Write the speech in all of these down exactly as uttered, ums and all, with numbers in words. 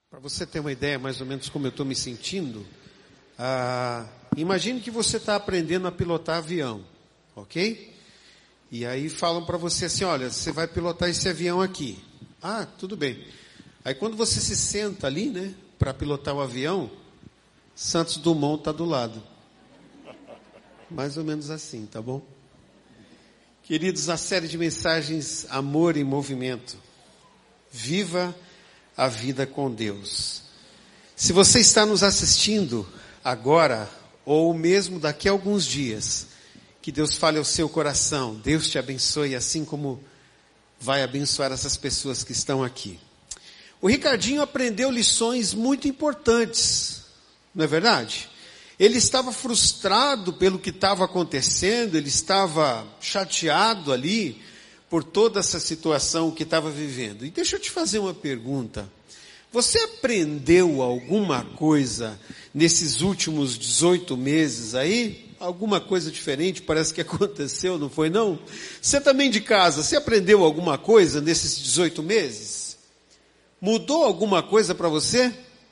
Para você ter uma ideia mais ou menos como eu estou me sentindo, ah, imagine que você está aprendendo a pilotar avião, ok? E aí falam para você assim, olha, você vai pilotar esse avião aqui. Ah, tudo bem. Aí quando você se senta ali, né, para pilotar o avião, Santos Dumont está do lado. Mais ou menos assim, tá bom? Queridos, a série de mensagens Amor em Movimento. Viva a vida com Deus. Se você está nos assistindo agora, ou mesmo daqui a alguns dias, que Deus fale ao seu coração, Deus te abençoe, assim como vai abençoar essas pessoas que estão aqui. O Ricardinho aprendeu lições muito importantes, não é verdade? Ele estava frustrado pelo que estava acontecendo, ele estava chateado ali por toda essa situação que estava vivendo. E deixa eu te fazer uma pergunta. Você aprendeu alguma coisa nesses últimos dezoito meses aí? Alguma coisa diferente parece que aconteceu, não foi não? Você também de casa, você aprendeu alguma coisa nesses dezoito meses? Mudou alguma coisa para você?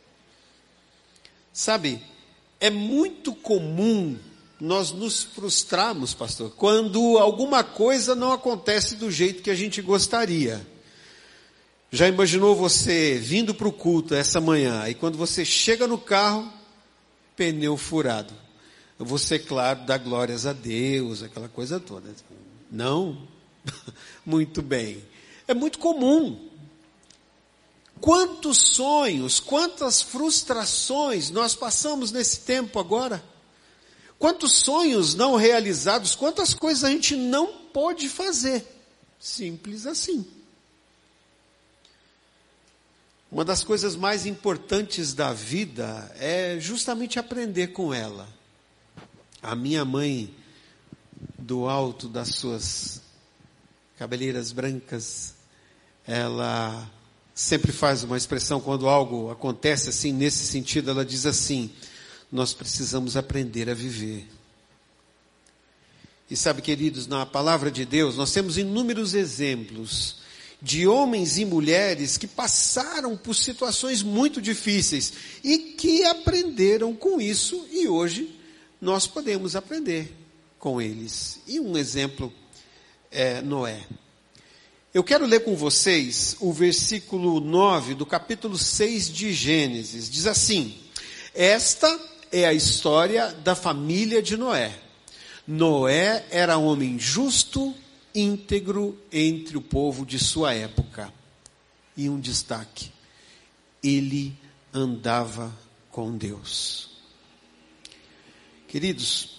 Sabe, é muito comum nós nos frustrarmos, pastor, quando alguma coisa não acontece do jeito que a gente gostaria. Já imaginou você vindo para o culto essa manhã, e quando você chega no carro, pneu furado? Você, claro, dá glórias a Deus, aquela coisa toda. Não? Muito bem. É muito comum. Quantos sonhos, quantas frustrações nós passamos nesse tempo agora? Quantos sonhos não realizados, quantas coisas a gente não pôde fazer. Simples assim. Uma das coisas mais importantes da vida é justamente aprender com ela. A minha mãe, do alto das suas cabeleiras brancas, ela sempre faz uma expressão quando algo acontece assim, nesse sentido, ela diz assim: nós precisamos aprender a viver. E sabe, queridos, na palavra de Deus, nós temos inúmeros exemplos de homens e mulheres que passaram por situações muito difíceis e que aprenderam com isso, e hoje nós podemos aprender com eles. E um exemplo é Noé. Eu quero ler com vocês o versículo nove do capítulo seis de Gênesis. Diz assim: esta é a história da família de Noé. Noé era homem justo, íntegro entre o povo de sua época. E um destaque: ele andava com Deus. Queridos,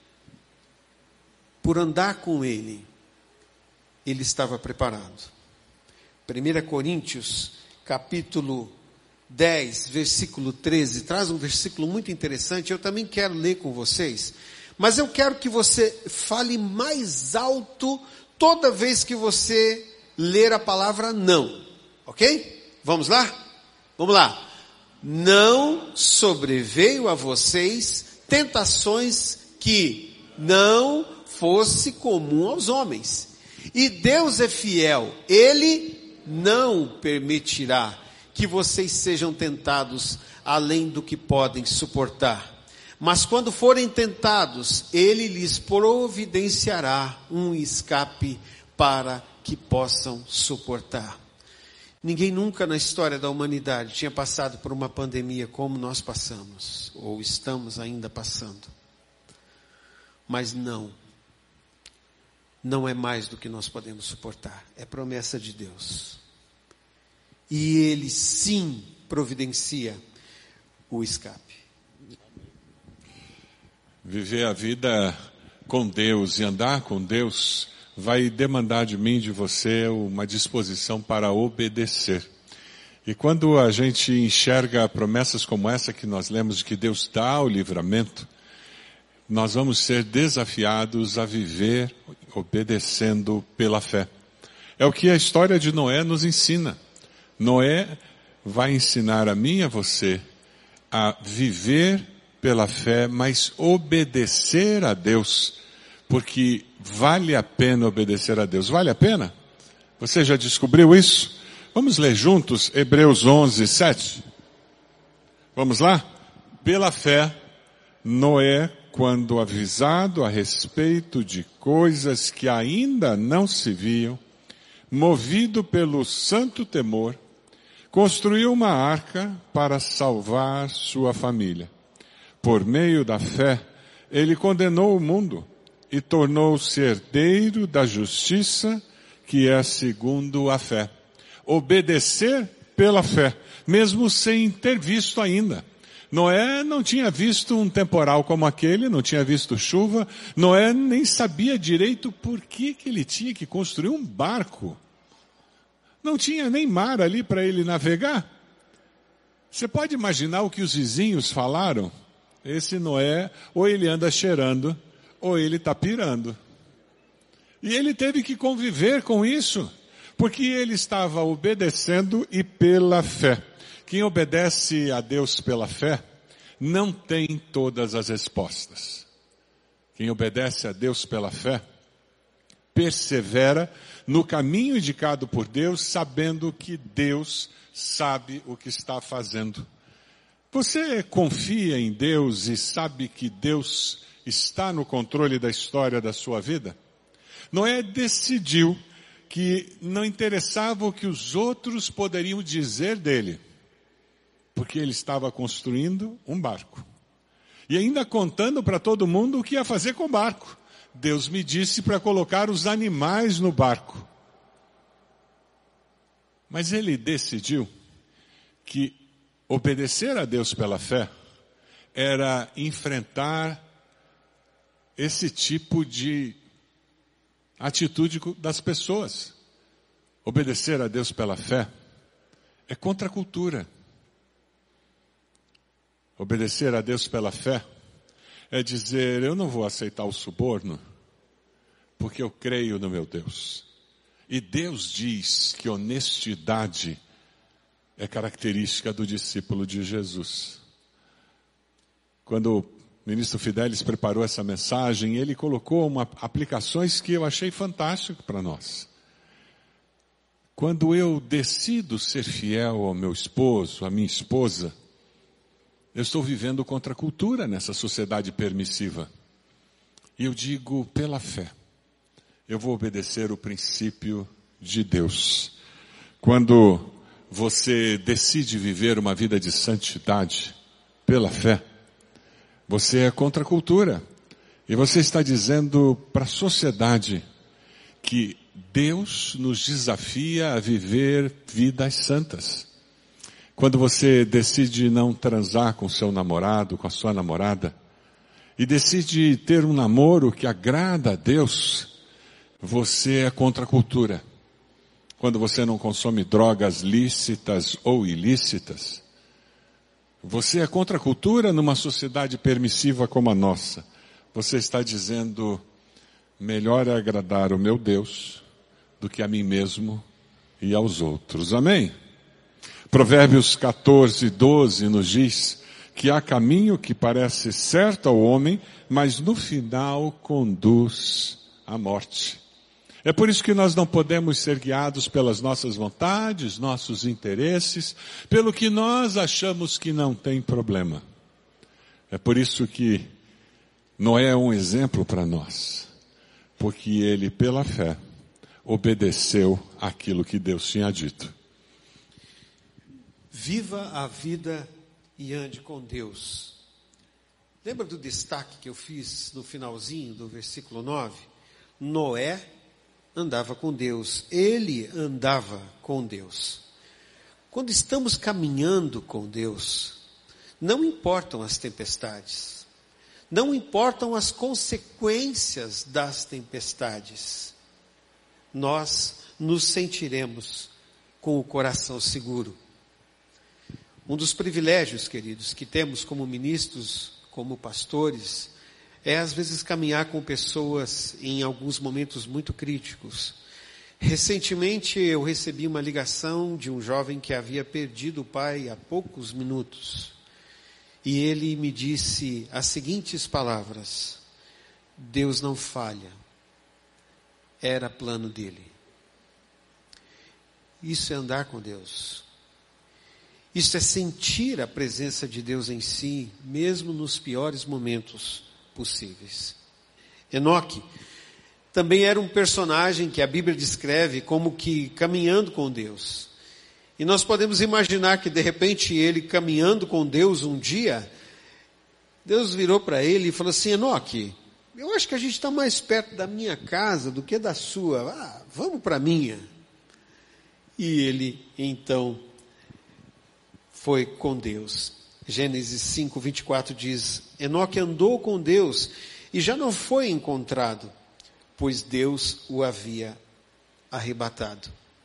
por andar com ele, ele estava preparado. primeira Coríntios, capítulo dez, versículo treze, traz um versículo muito interessante. Eu também quero ler com vocês, mas eu quero que você fale mais alto toda vez que você ler a palavra não, ok? Vamos lá? Vamos lá. Não sobreveio a vocês tentações que não fosse comum aos homens. E Deus é fiel, Ele não permitirá que vocês sejam tentados além do que podem suportar. Mas quando forem tentados, Ele lhes providenciará um escape para que possam suportar. Ninguém nunca na história da humanidade tinha passado por uma pandemia como nós passamos, ou estamos ainda passando. Mas não, não é mais do que nós podemos suportar. É promessa de Deus. E Ele sim providencia o escape. Viver a vida com Deus e andar com Deus vai demandar de mim, de você, uma disposição para obedecer. E quando a gente enxerga promessas como essa que nós lemos, de que Deus dá o livramento, nós vamos ser desafiados a viver obedecendo pela fé. É o que a história de Noé nos ensina. Noé vai ensinar a mim e a você a viver pela fé, mas obedecer a Deus, porque vale a pena obedecer a Deus. Vale a pena? Você já descobriu isso? Vamos ler juntos Hebreus onze, sete. Vamos lá? Pela fé, Noé, quando avisado a respeito de coisas que ainda não se viam, movido pelo santo temor, construiu uma arca para salvar sua família. Por meio da fé, ele condenou o mundo e tornou-se herdeiro da justiça, que é segundo a fé. Obedecer pela fé, mesmo sem ter visto ainda. Noé não tinha visto um temporal como aquele, não tinha visto chuva. Noé nem sabia direito por que, que ele tinha que construir um barco. Não tinha nem mar ali para ele navegar. Você pode imaginar o que os vizinhos falaram? Esse Noé, ou ele anda cheirando, ou ele está pirando. E ele teve que conviver com isso, porque ele estava obedecendo e pela fé. Quem obedece a Deus pela fé, não tem todas as respostas. Quem obedece a Deus pela fé, persevera no caminho indicado por Deus, sabendo que Deus sabe o que está fazendo. Você confia em Deus e sabe que Deus está no controle da história da sua vida? Noé decidiu que não interessava o que os outros poderiam dizer dele, porque ele estava construindo um barco. E ainda contando para todo mundo o que ia fazer com o barco. Deus me disse para colocar os animais no barco. Mas ele decidiu que obedecer a Deus pela fé era enfrentar esse tipo de atitude das pessoas. Obedecer a Deus pela fé é contra a cultura. Obedecer a Deus pela fé é dizer, eu não vou aceitar o suborno, porque eu creio no meu Deus. E Deus diz que honestidade é característica do discípulo de Jesus. Quando o ministro Fidelis preparou essa mensagem, ele colocou uma, aplicações que eu achei fantástico para nós. Quando eu decido ser fiel ao meu esposo, à minha esposa, eu estou vivendo contra a cultura nessa sociedade permissiva. E eu digo, pela fé, eu vou obedecer o princípio de Deus. Quando você decide viver uma vida de santidade, pela fé, você é contra a cultura. E você está dizendo para a sociedade que Deus nos desafia a viver vidas santas. Quando você decide não transar com seu namorado, com a sua namorada, e decide ter um namoro que agrada a Deus, você é contra a cultura. Quando você não consome drogas lícitas ou ilícitas, você é contra a cultura numa sociedade permissiva como a nossa. Você está dizendo, melhor é agradar o meu Deus do que a mim mesmo e aos outros. Amém? Provérbios catorze, doze nos diz que há caminho que parece certo ao homem, mas no final conduz à morte. É por isso que nós não podemos ser guiados pelas nossas vontades, nossos interesses, pelo que nós achamos que não tem problema. É por isso que Noé é um exemplo para nós, porque ele, pela fé, obedeceu aquilo que Deus tinha dito. Viva a vida e ande com Deus. Lembra do destaque que eu fiz no finalzinho do versículo nove? Noé andava com Deus. Ele andava com Deus. Quando estamos caminhando com Deus, não importam as tempestades. Não importam as consequências das tempestades. Nós nos sentiremos com o coração seguro. Um dos privilégios, queridos, que temos como ministros, como pastores, é às vezes caminhar com pessoas em alguns momentos muito críticos. Recentemente eu recebi uma ligação de um jovem que havia perdido o pai há poucos minutos. E ele me disse as seguintes palavras: Deus não falha, era plano dele. Isso é andar com Deus. Isso é sentir a presença de Deus em si, mesmo nos piores momentos possíveis. Enoque também era um personagem que a Bíblia descreve como que caminhando com Deus. E nós podemos imaginar que de repente ele caminhando com Deus um dia, Deus virou para ele e falou assim: Enoque, eu acho que a gente está mais perto da minha casa do que da sua. Ah, vamos para a minha. E ele então foi com Deus. Gênesis cinco, vinte e quatro diz: Enoque andou com Deus e já não foi encontrado, pois Deus o havia arrebatado.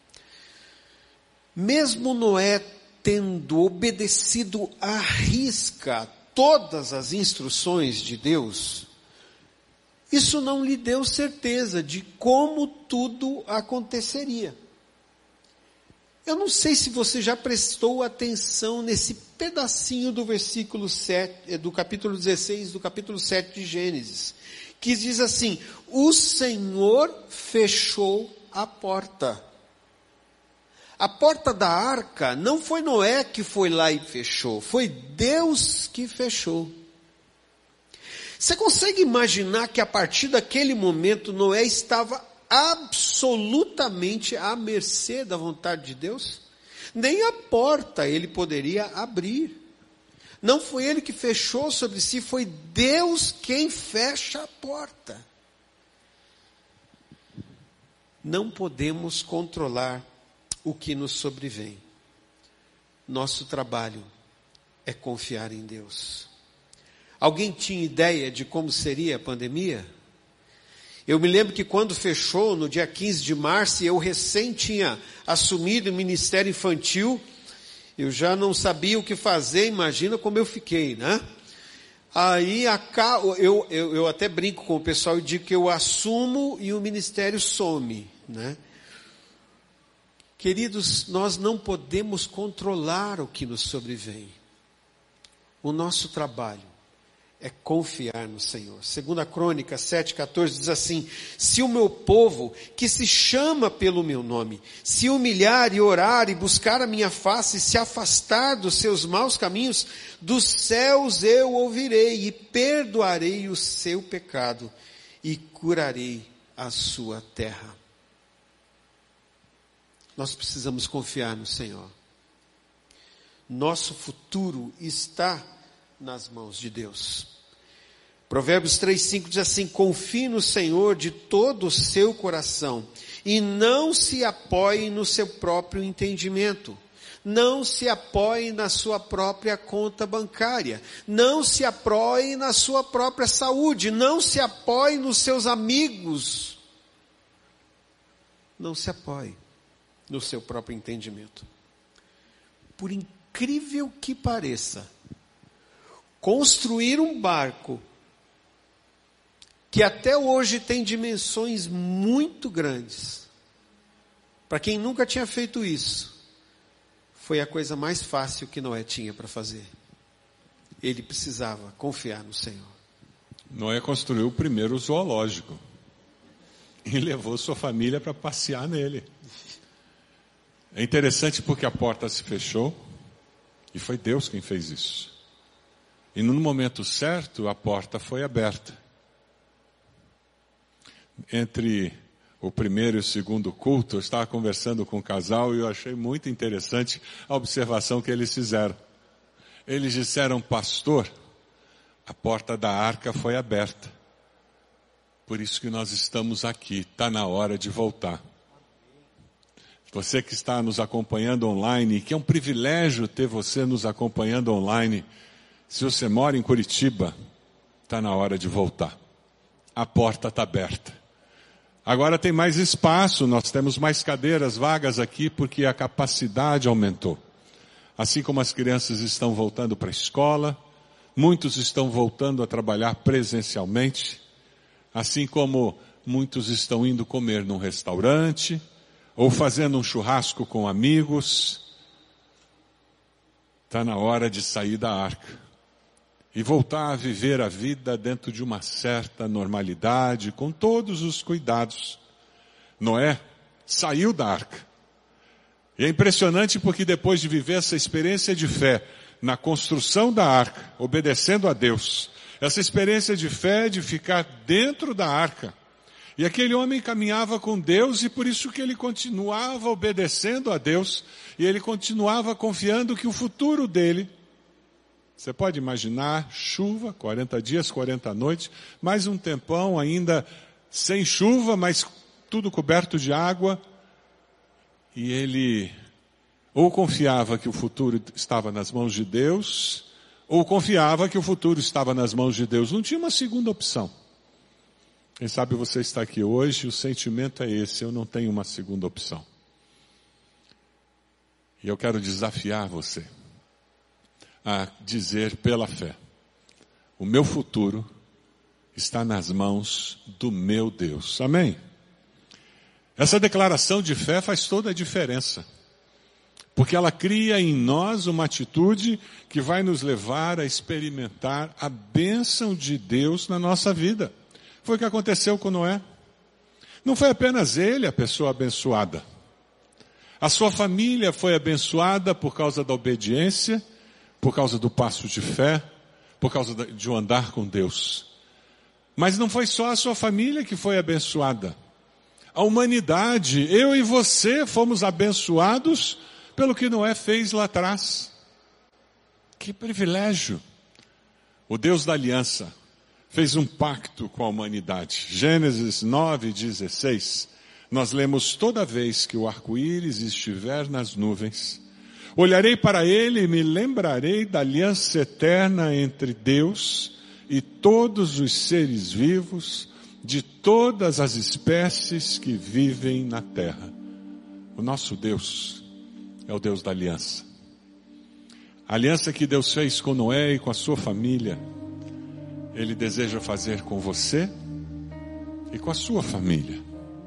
Mesmo Noé tendo obedecido à risca todas as instruções de Deus, isso não lhe deu certeza de como tudo aconteceria. Eu não sei se você já prestou atenção nesse pedacinho do versículo sete, do capítulo dezesseis, do capítulo sete de Gênesis, que diz assim: o Senhor fechou a porta. A porta da arca não foi Noé que foi lá e fechou, foi Deus que fechou. Você consegue imaginar que a partir daquele momento Noé estava absolutamente à mercê da vontade de Deus? Nem a porta ele poderia abrir. Não foi ele que fechou sobre si, foi Deus quem fecha a porta. Não podemos controlar o que nos sobrevém. Nosso trabalho é confiar em Deus. Alguém tinha ideia de como seria a pandemia? Eu me lembro que quando fechou, no dia quinze de março, eu recém tinha assumido o ministério infantil, eu já não sabia o que fazer, imagina como eu fiquei, né? Aí a, eu, eu, eu até brinco com o pessoal e digo que eu assumo e o ministério some, né? Queridos, nós não podemos controlar o que nos sobrevém. O nosso trabalho é confiar no Senhor. Segunda Crônica sete, quatorze diz assim: se o meu povo, que se chama pelo meu nome, se humilhar e orar e buscar a minha face, se afastar dos seus maus caminhos, dos céus eu ouvirei e perdoarei o seu pecado e curarei a sua terra. Nós precisamos confiar no Senhor. Nosso futuro está nas mãos de Deus. Provérbios três, cinco diz assim: confie no Senhor de todo o seu coração e não se apoie no seu próprio entendimento. Não se apoie na sua própria conta bancária. Não se apoie na sua própria saúde. Não se apoie nos seus amigos. Não se apoie no seu próprio entendimento. Por incrível que pareça, construir um barco que até hoje tem dimensões muito grandes, para quem nunca tinha feito isso, foi a coisa mais fácil que Noé tinha para fazer. Ele precisava confiar no Senhor. Noé construiu o primeiro zoológico e levou sua família para passear nele. É interessante porque a porta se fechou e foi Deus quem fez isso. E no momento certo, a porta foi aberta. Entre o primeiro e o segundo culto, eu estava conversando com um casal e eu achei muito interessante a observação que eles fizeram. Eles disseram: pastor, a porta da arca foi aberta. Por isso que nós estamos aqui, está na hora de voltar. Você que está nos acompanhando online, que é um privilégio ter você nos acompanhando online. Se você mora em Curitiba, está na hora de voltar. A porta está aberta. Agora tem mais espaço, nós temos mais cadeiras vagas aqui porque a capacidade aumentou. Assim como as crianças estão voltando para a escola, muitos estão voltando a trabalhar presencialmente, assim como muitos estão indo comer num restaurante, ou fazendo um churrasco com amigos. Está na hora de sair da arca e voltar a viver a vida dentro de uma certa normalidade, com todos os cuidados. Noé saiu da arca, E é impressionante porque depois de viver essa experiência de fé na construção da arca, obedecendo a Deus, essa experiência de fé de ficar dentro da arca, e aquele homem caminhava com Deus e por isso que ele continuava obedecendo a Deus e ele continuava confiando que o futuro dele, você pode imaginar, chuva, quarenta dias, quarenta noites, mais um tempão ainda sem chuva, mas tudo coberto de água, e ele ou confiava que o futuro estava nas mãos de Deus, ou confiava que o futuro estava nas mãos de Deus. Não tinha uma segunda opção. Quem sabe você está aqui hoje, o sentimento é esse, eu não tenho uma segunda opção. E eu quero desafiar você a dizer pela fé, o meu futuro está nas mãos do meu Deus. Amém? Essa declaração de fé faz toda a diferença. Porque ela cria em nós uma atitude que vai nos levar a experimentar a bênção de Deus na nossa vida. Foi o que aconteceu com Noé. Não foi apenas ele a pessoa abençoada. A sua família foi abençoada por causa da obediência, por causa do passo de fé, por causa de um andar com Deus. Mas não foi só a sua família que foi abençoada. A humanidade, eu e você, fomos abençoados pelo que Noé fez lá atrás. Que privilégio! O Deus da aliança fez um pacto com a humanidade. Gênesis nove, dezesseis, nós lemos: toda vez que o arco-íris estiver nas nuvens, olharei para ele e me lembrarei da aliança eterna entre Deus e todos os seres vivos, de todas as espécies que vivem na terra. O nosso Deus é o Deus da aliança. A aliança que Deus fez com Noé e com a sua família, Ele deseja fazer com você e com a sua família.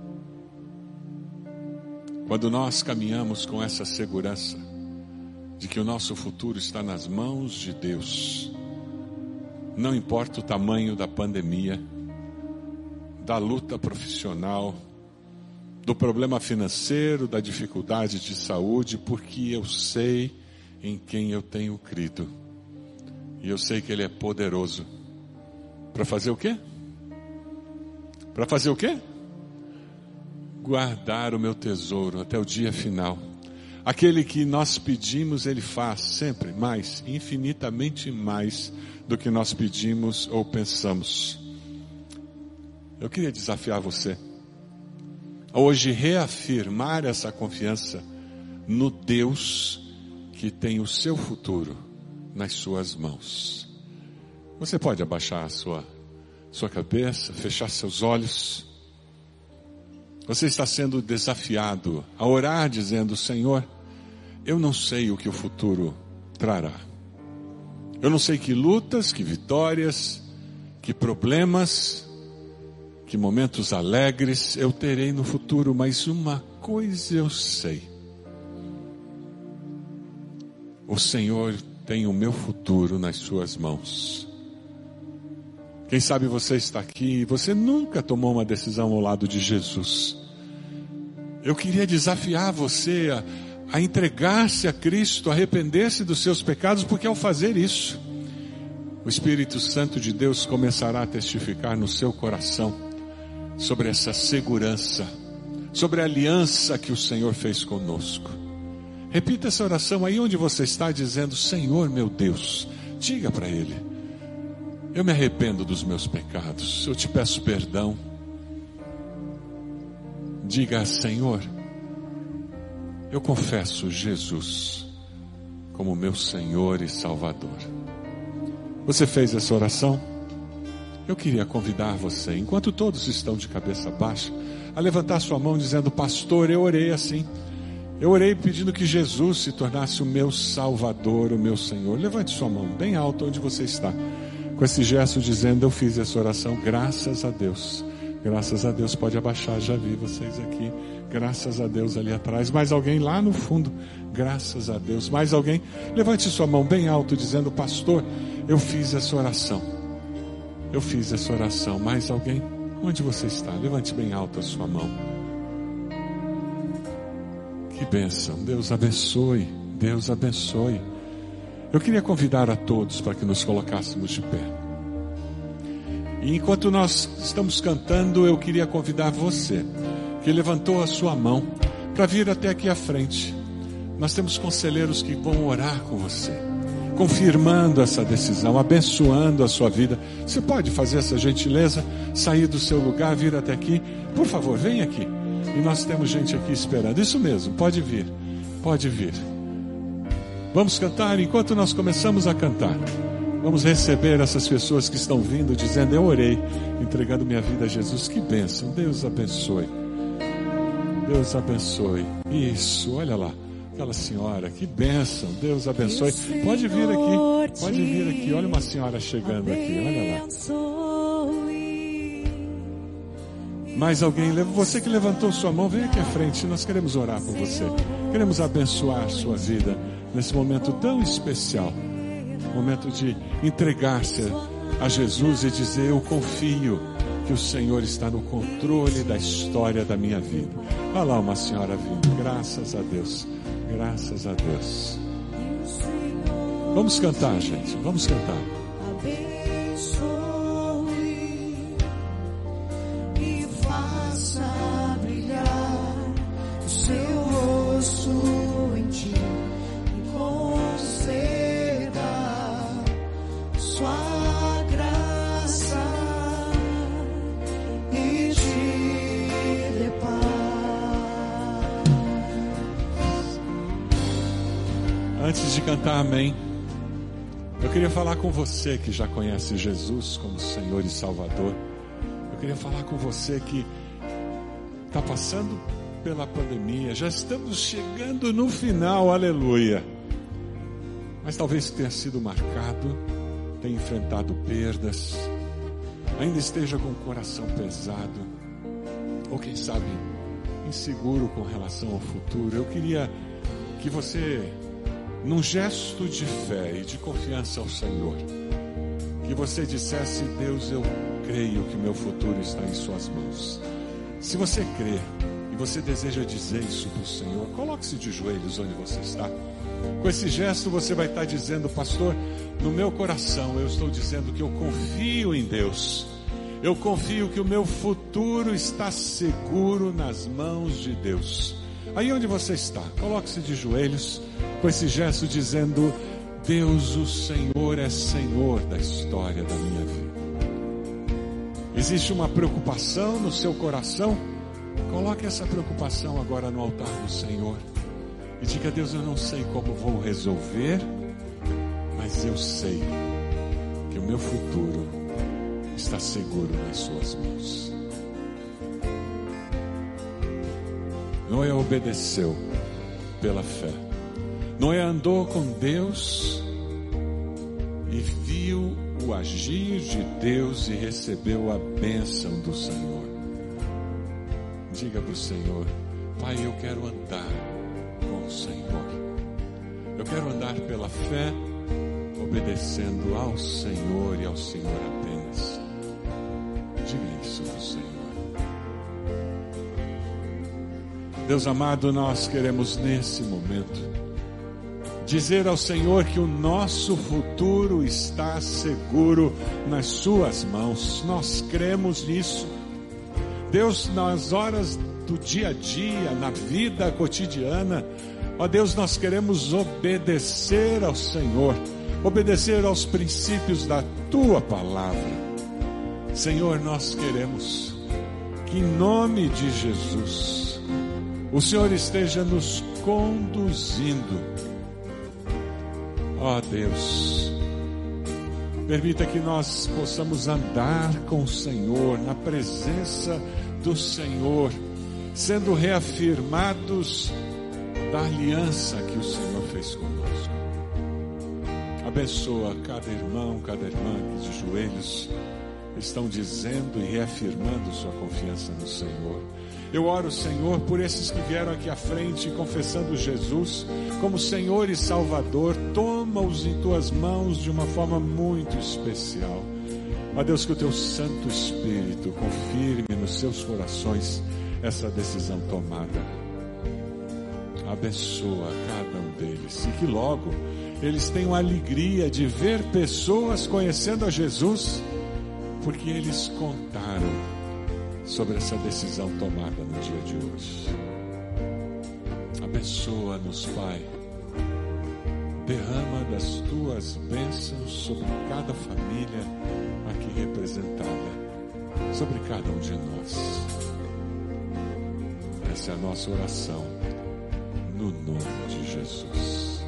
Quando nós caminhamos com essa segurança de que o nosso futuro está nas mãos de Deus, não importa o tamanho da pandemia, da luta profissional, do problema financeiro, da dificuldade de saúde, porque eu sei em quem eu tenho crido. E eu sei que Ele é poderoso. Para fazer o quê? Para fazer o quê? Guardar o meu tesouro até o dia final. Aquele que nós pedimos, Ele faz sempre mais, infinitamente mais do que nós pedimos ou pensamos. Eu queria desafiar você a hoje reafirmar essa confiança no Deus que tem o seu futuro nas suas mãos. Você pode abaixar a sua, sua cabeça, fechar seus olhos. Você está sendo desafiado a orar dizendo: Senhor, eu não sei o que o futuro trará. Eu não sei que lutas, que vitórias, que problemas, que momentos alegres eu terei no futuro, mas uma coisa eu sei. O Senhor tem o meu futuro nas suas mãos. Quem sabe você está aqui e você nunca tomou uma decisão ao lado de Jesus. Eu queria desafiar você a, a entregar-se a Cristo, a arrepender-se dos seus pecados, porque ao fazer isso, o Espírito Santo de Deus começará a testificar no seu coração sobre essa segurança, sobre a aliança que o Senhor fez conosco. Repita essa oração aí onde você está, dizendo: Senhor meu Deus, diga para Ele: eu me arrependo dos meus pecados, eu te peço perdão. Diga: Senhor, eu confesso Jesus como meu Senhor e Salvador. Você fez essa oração? Eu queria convidar você, enquanto todos estão de cabeça baixa, a levantar sua mão dizendo: pastor, eu orei assim. Eu orei pedindo que Jesus se tornasse o meu Salvador, o meu Senhor. Levante sua mão bem alta onde você está, com esse gesto dizendo: eu fiz essa oração, graças a Deus. Graças a Deus, pode abaixar, já vi vocês aqui. Graças a Deus ali atrás. Mais alguém lá no fundo? Graças a Deus. Mais alguém? Levante sua mão bem alto dizendo: pastor, eu fiz essa oração. Eu fiz essa oração. Mais alguém? Onde você está? Levante bem alto a sua mão. Que bênção. Deus abençoe. Deus abençoe. Eu queria convidar a todos para que nos colocássemos de pé. E enquanto nós estamos cantando, eu queria convidar você, que levantou a sua mão, para vir até aqui à frente. Nós temos conselheiros que vão orar com você, confirmando essa decisão, abençoando a sua vida. Você pode fazer essa gentileza, sair do seu lugar, vir até aqui? Por favor, vem aqui. E nós temos gente aqui esperando. Isso mesmo, pode vir, pode vir. Vamos cantar. Enquanto nós começamos a cantar, vamos receber essas pessoas que estão vindo, dizendo: eu orei, entregando minha vida a Jesus. Que bênção, Deus abençoe. Deus abençoe. Isso, olha lá, aquela senhora, que bênção, Deus abençoe. Pode vir aqui, pode vir aqui. Olha uma senhora chegando aqui, olha lá. Mais alguém? Você que levantou sua mão, vem aqui à frente. Nós queremos orar por você, queremos abençoar a sua vida nesse momento tão especial, momento de entregar-se a Jesus e dizer: eu confio que o Senhor está no controle da história da minha vida. Olha lá uma senhora vindo, graças a Deus, graças a Deus. Vamos cantar, gente, vamos cantar. E faça brilhar o seu rosto em ti, e conceda sua graça e te dê paz. Antes de cantar amém, eu queria falar com você que já conhece Jesus como Senhor e Salvador. Eu queria falar com você que está passando pela pandemia. Já estamos chegando no final, aleluia. Mas talvez tenha sido marcado, tenha enfrentado perdas, ainda esteja com o coração pesado, ou quem sabe inseguro com relação ao futuro. Eu queria que você, num gesto de fé e de confiança ao Senhor, que você dissesse: Deus, eu creio que o meu futuro está em suas mãos. Se você crê e você deseja dizer isso para o Senhor, coloque-se de joelhos onde você está. Com esse gesto você vai estar dizendo: pastor, no meu coração eu estou dizendo que eu confio em Deus. Eu confio que o meu futuro está seguro nas mãos de Deus. Aí onde você está, coloque-se de joelhos com esse gesto dizendo: Deus, o Senhor é Senhor da história da minha vida. Existe uma preocupação no seu coração? Coloque essa preocupação agora no altar do Senhor e diga: Deus, eu não sei como vou resolver, mas eu sei que o meu futuro está seguro nas suas mãos. Noé obedeceu pela fé. Noé andou com Deus e viu o agir de Deus e recebeu a bênção do Senhor. Diga para o Senhor: Pai, eu quero andar com o Senhor. Eu quero andar pela fé, obedecendo ao Senhor e ao Senhor apenas. Diga isso para o Senhor. Deus amado, nós queremos nesse momento dizer ao Senhor que o nosso futuro está seguro nas suas mãos. Nós cremos nisso. Deus, nas horas do dia a dia, na vida cotidiana, ó Deus, nós queremos obedecer ao Senhor, obedecer aos princípios da Tua palavra. Senhor, nós queremos que em nome de Jesus o Senhor esteja nos conduzindo. Ó Deus, permita que nós possamos andar com o Senhor, na presença do Senhor, sendo reafirmados da aliança que o Senhor fez conosco. Abençoa cada irmão, cada irmã que de joelhos estão dizendo e reafirmando sua confiança no Senhor. Eu oro, Senhor, por esses que vieram aqui à frente confessando Jesus como Senhor e Salvador. Toma-os em Tuas mãos de uma forma muito especial. Ó Deus, que o Teu Santo Espírito confirme nos seus corações essa decisão tomada. Abençoa cada um deles e que logo eles tenham a alegria de ver pessoas conhecendo a Jesus, porque eles contaram sobre essa decisão tomada no dia de hoje. Abençoa-nos, Pai. Derrama das tuas bênçãos sobre cada família aqui representada, sobre cada um de nós. Essa é a nossa oração, no nome de Jesus.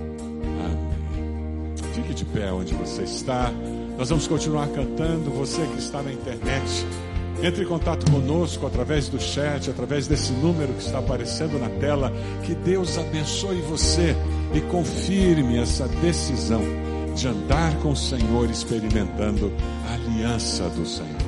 Amém. Fique de pé onde você está. Nós vamos continuar cantando. Você que está na internet, entre em contato conosco através do chat, através desse número que está aparecendo na tela. Que Deus abençoe você e confirme essa decisão de andar com o Senhor, experimentando a aliança do Senhor.